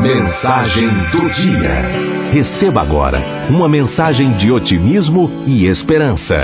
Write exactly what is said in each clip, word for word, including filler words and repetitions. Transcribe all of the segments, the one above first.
Mensagem do dia. Receba agora uma mensagem de otimismo e esperança.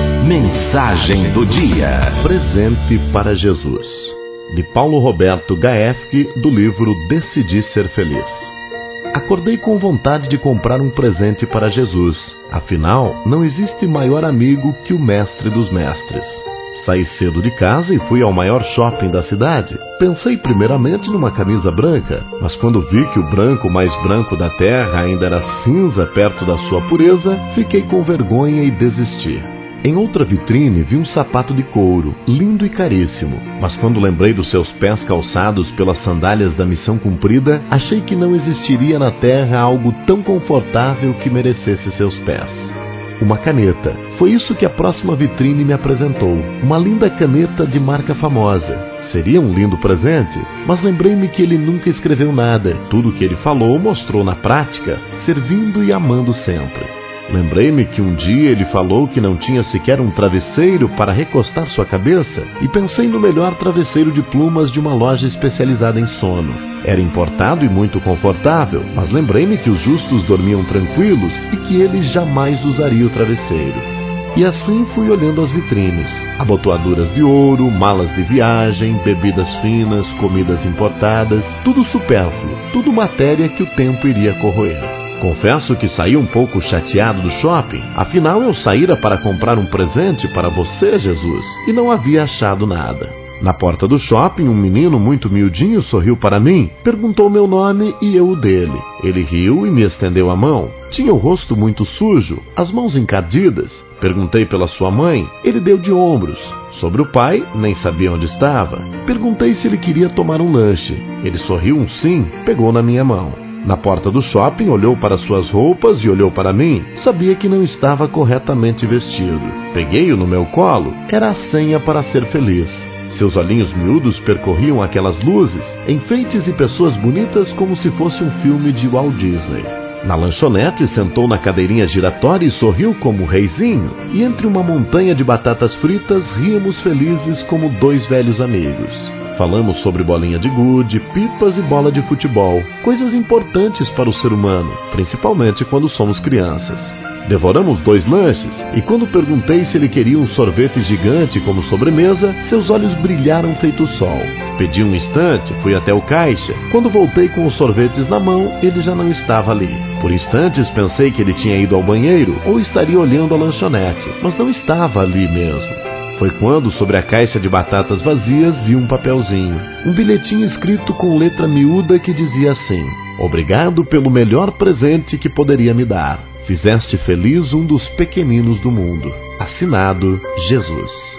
Mensagem do dia. Presente para Jesus, de Paulo Roberto Gaefke, do livro Decidi Ser Feliz. Acordei com vontade de comprar um presente para Jesus. Afinal, não existe maior amigo que o mestre dos mestres. Saí cedo de casa e fui ao maior shopping da cidade. Pensei primeiramente numa camisa branca, mas quando vi que o branco mais branco da terra ainda era cinza perto da sua pureza, fiquei com vergonha e desisti. Em outra vitrine vi um sapato de couro, lindo e caríssimo, mas quando lembrei dos seus pés calçados pelas sandálias da missão cumprida, achei que não existiria na terra algo tão confortável que merecesse seus pés. Uma caneta. Foi isso que a próxima vitrine me apresentou. Uma linda caneta de marca famosa. Seria um lindo presente, mas lembrei-me que ele nunca escreveu nada. Tudo o que ele falou mostrou na prática, servindo e amando sempre. Lembrei-me que um dia ele falou que não tinha sequer um travesseiro para recostar sua cabeça e pensei no melhor travesseiro de plumas de uma loja especializada em sono. Era importado e muito confortável, mas lembrei-me que os justos dormiam tranquilos e que ele jamais usaria o travesseiro. E assim fui olhando as vitrines. Abotoaduras de ouro, malas de viagem, bebidas finas, comidas importadas, tudo supérfluo, tudo matéria que o tempo iria corroer. Confesso que saí um pouco chateado do shopping, afinal eu saíra para comprar um presente para você, Jesus, e não havia achado nada. Na porta do shopping, um menino muito miudinho sorriu para mim, perguntou meu nome e eu o dele. Ele riu e me estendeu a mão. Tinha o rosto muito sujo, as mãos encardidas. Perguntei pela sua mãe, ele deu de ombros. Sobre o pai, nem sabia onde estava. Perguntei se ele queria tomar um lanche. Ele sorriu um sim, pegou na minha mão. Na porta do shopping, olhou para suas roupas e olhou para mim. Sabia que não estava corretamente vestido. Peguei-o no meu colo. Era a senha para ser feliz. Seus olhinhos miúdos percorriam aquelas luzes, enfeites e pessoas bonitas como se fosse um filme de Walt Disney. Na lanchonete, sentou na cadeirinha giratória e sorriu como um reizinho. E entre uma montanha de batatas fritas, ríamos felizes como dois velhos amigos. Falamos sobre bolinha de gude, pipas e bola de futebol, coisas importantes para o ser humano, principalmente quando somos crianças. Devoramos dois lanches e quando perguntei se ele queria um sorvete gigante como sobremesa, seus olhos brilharam feito sol. Pedi um instante, fui até o caixa. Quando voltei com os sorvetes na mão, ele já não estava ali. Por instantes pensei que ele tinha ido ao banheiro ou estaria olhando a lanchonete, mas não estava ali mesmo. Foi quando, sobre a caixa de batatas vazias, vi um papelzinho. Um bilhetinho escrito com letra miúda que dizia assim: obrigado pelo melhor presente que poderia me dar. Fizeste feliz um dos pequeninos do mundo. Assinado Jesus.